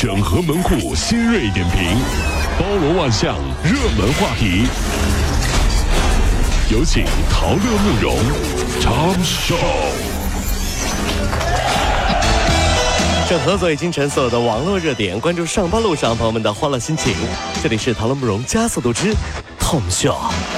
整合门户新锐点评，包罗万象，热门话题。有请陶乐慕容 Tom Show。 整合最今晨所有的网络热点，关注上班路上朋友们的欢乐心情。这里是陶乐慕容加速度之 Tom Show。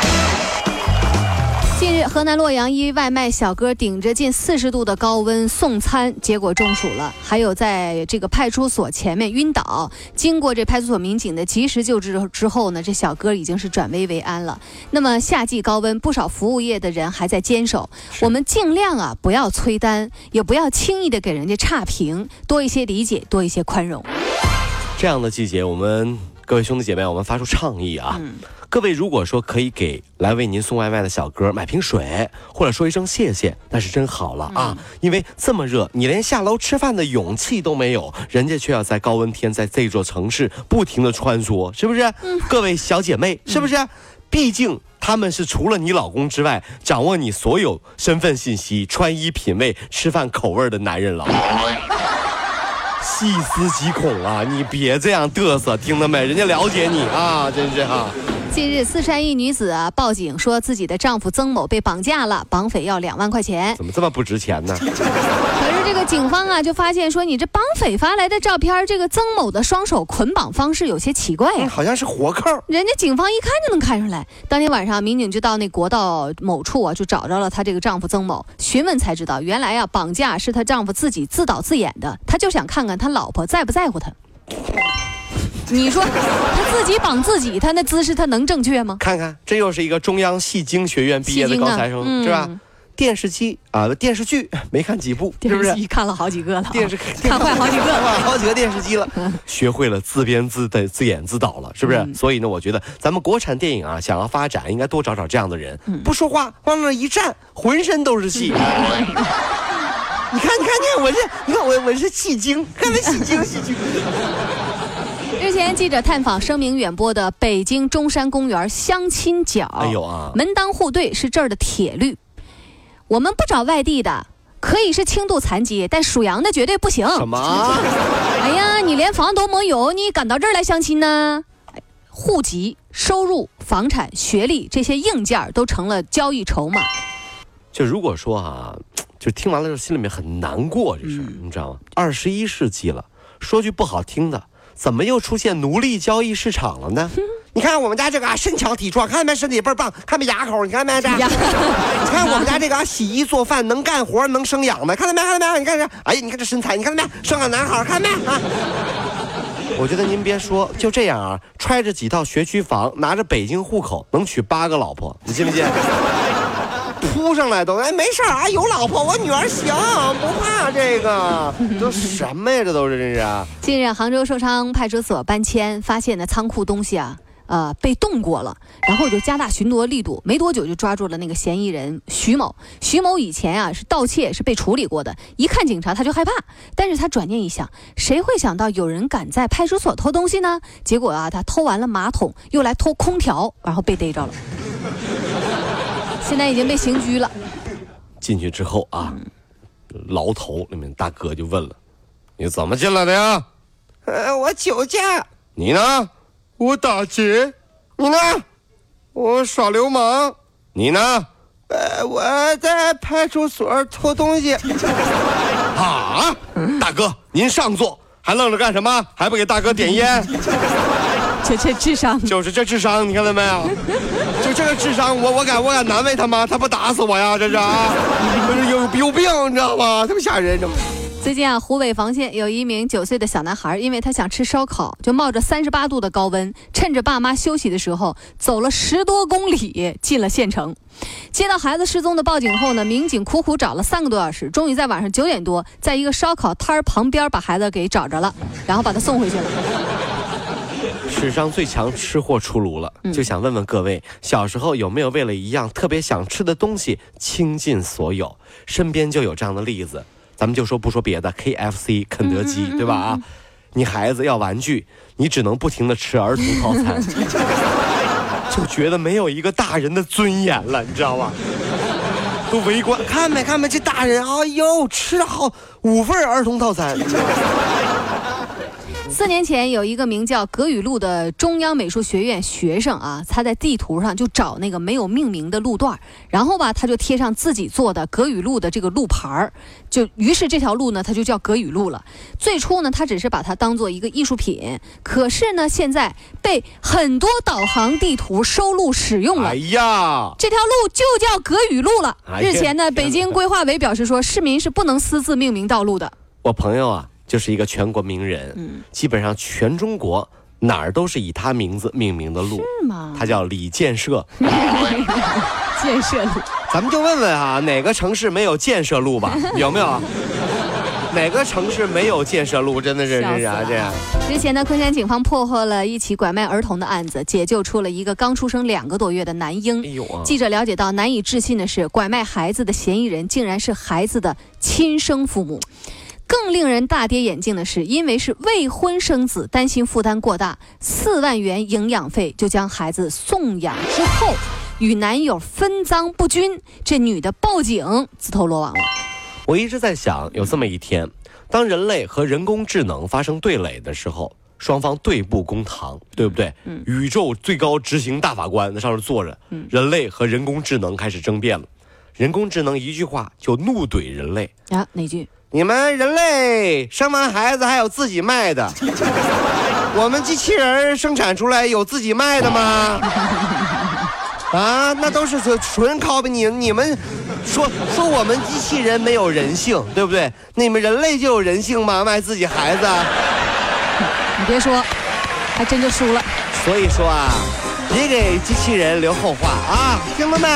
近日，河南洛阳一外卖小哥顶着近40度的高温送餐，结果中暑了。还有在这个派出所前面晕倒，经过这派出所民警的及时救治之后呢，这小哥已经是转危为安了。那么夏季高温，不少服务业的人还在坚守，我们尽量不要催单，也不要轻易的给人家差评，多一些理解，多一些宽容。 这样的季节，我们各位兄弟姐妹，我们发出倡议啊！各位如果说可以给来为您送外卖的小哥买瓶水，或者说一声谢谢，那是真好了啊！因为这么热，你连下楼吃饭的勇气都没有，人家却要在高温天在这座城市不停的穿梭，是不是？各位小姐妹，是不是？毕竟他们是除了你老公之外，掌握你所有身份信息、穿衣品味、吃饭口味的男人了。细思极恐啊！你别这样嘚瑟，听到没？人家了解你啊，真是哈。 近日，四川一女子报警说自己的丈夫曾某被绑架了，绑匪要2万块钱。 怎么这么不值钱呢？ 可是这个警方就发现说，你这绑匪发来的照片，这个曾某的双手捆绑方式有些奇怪好像是活扣。 人家警方一看就能看出来。当天晚上，民警就到那国道某处就找着了她这个丈夫曾某，询问才知道，原来绑架是她丈夫自己自导自演的，他就想看看他老婆在不在乎他。你说他自己绑自己，他那姿势他能正确吗？ 看看，这又是一个中央戏精学院毕业的高材生，是吧？电视剧没看几部，是不是？ 看了好几个了， 看坏好几个了， 好几个电视机了，学会了自编自演自导了，是不是？所以呢，我觉得咱们国产电影想要发展，应该多找找这样的人，不说话，往那一站，浑身都是戏。你看，我是戏精，看没戏精。 之前记者探访声名远播的北京中山公园相亲角，门当户对是这儿的铁律。我们不找外地的，可以是轻度残疾，但属羊的绝对不行。 什么？ 哎呀，你连房都没有，你赶到这儿来相亲呢？户籍、收入、房产、学历这些硬件都成了交易筹码。 就如果说就听完了之后心里面很难过，这事你知道吗？21世纪了，说句不好听的，怎么又出现奴隶交易市场了呢？你看我们家这个身强体壮，看见没？身体倍儿棒，看没牙口？你看没这？你看我们家这个洗衣做饭能干活能生养的，看到没？你看这，哎呀，你看这身材，你看到没？生个男孩，看到没啊？我觉得您别说，就这样揣着几套学区房，拿着北京户口，能娶8个老婆，你信不信？扑上来都没事有老婆，我女儿行，不怕这个。这什么呀？这都是真是。 近日，杭州寿昌派出所搬迁，发现的仓库东西被动过了，然后就加大巡逻力度，没多久就抓住了那个嫌疑人徐某。徐某以前是盗窃，是被处理过的，一看警察他就害怕，但是他转念一想，谁会想到有人敢在派出所偷东西呢？结果他偷完了马桶，又来偷空调，然后被逮着了。现在已经被刑拘了。 进去之后牢头里面大哥就问了：“你怎么进来的呀？”我酒驾。你呢？我打劫。你呢？我耍流氓。你呢？我在派出所偷东西。大哥，您上座，还愣着干什么？还不给大哥点烟？ 这智商， 就是这智商，你看到没有？就这个智商，我敢难为他吗？他不打死我呀？这是有病，你知道吗？特别吓人。 最近湖北房县有一名9岁的小男孩，因为他想吃烧烤，就冒着38度的高温，趁着爸妈休息的时候，走了10多公里进了县城。接到孩子失踪的报警后呢，民警苦苦找了3个多小时，终于在晚上9点多，在一个烧烤摊旁边把孩子给找着了，然后把他送回去了。 史上最强吃货出炉了，就想问问各位，小时候有没有为了一样特别想吃的东西倾尽所有？身边就有这样的例子，咱们就说不说别的 ，KFC 肯德基，对吧你孩子要玩具，你只能不停的吃儿童套餐，就觉得没有一个大人的尊严了，你知道吗？都围观，看没这大人，哎呦，吃了好5份儿童套餐。 4 4年前，有一个名叫葛雨露的中央美术学院学生啊，他在地图上就找那个没有命名的路段，然后吧，他就贴上自己做的葛雨露的这个路牌儿，于是这条路呢，它就叫葛雨露了。最初呢，他只是把它当做一个艺术品，可是呢，现在被很多导航地图收录使用了。 哎呀， 这条路就叫葛雨路了。日前呢，北京规划委表示说，市民是不能私自命名道路的。 我朋友啊，就是一个全国名人，基本上全中国哪儿都是以他名字命名的路。 是吗？ 他叫李建设。 建设路， 咱们就问问啊，哪个城市没有建设路吧？有没有？哪个城市没有建设路？真的是这样。 之前呢，昆山警方破获了一起拐卖儿童的案子，解救出了一个刚出生2个多月的男婴。记者了解到，难以置信的是，拐卖孩子的嫌疑人竟然是孩子的亲生父母。更令人大跌眼镜的是，因为是未婚生子，担心负担过大，4万元营养费就将孩子送养之后，与男友分赃不均，这女的报警自投罗网了。 我一直在想，有这么一天，当人类和人工智能发生对垒的时候，双方对簿公堂，对不对？宇宙最高执行大法官在上面坐着，人类和人工智能开始争辩了。人工智能一句话就怒怼人类啊，哪句？ 你们人类生完孩子还有自己卖的，我们机器人生产出来有自己卖的吗？啊，那都是纯靠你们说我们机器人没有人性，对不对？你们人类就有人性吗？卖自己孩子？ 你别说，还真就输了。 所以说啊，别给机器人留后话啊，听到没？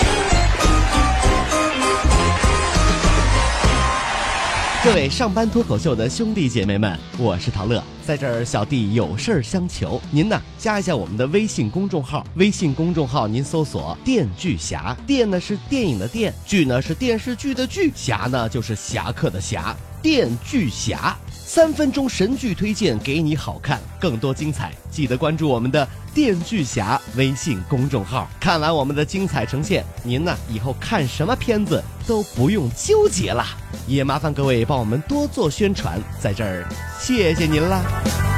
各位上班脱口秀的兄弟姐妹们，我是陶乐，在这儿小弟有事儿相求，您呢加一下我们的微信公众号，微信公众号您搜索电锯侠，电呢是电影的电，剧呢是电视剧的剧，侠呢就是侠客的侠，电锯侠，3分钟神剧推荐给你好看，更多精彩记得关注我们的电锯侠微信公众号。看完我们的精彩呈现，您呢以后看什么片子都不用纠结了，也麻烦各位帮我们多做宣传，在这儿谢谢您啦。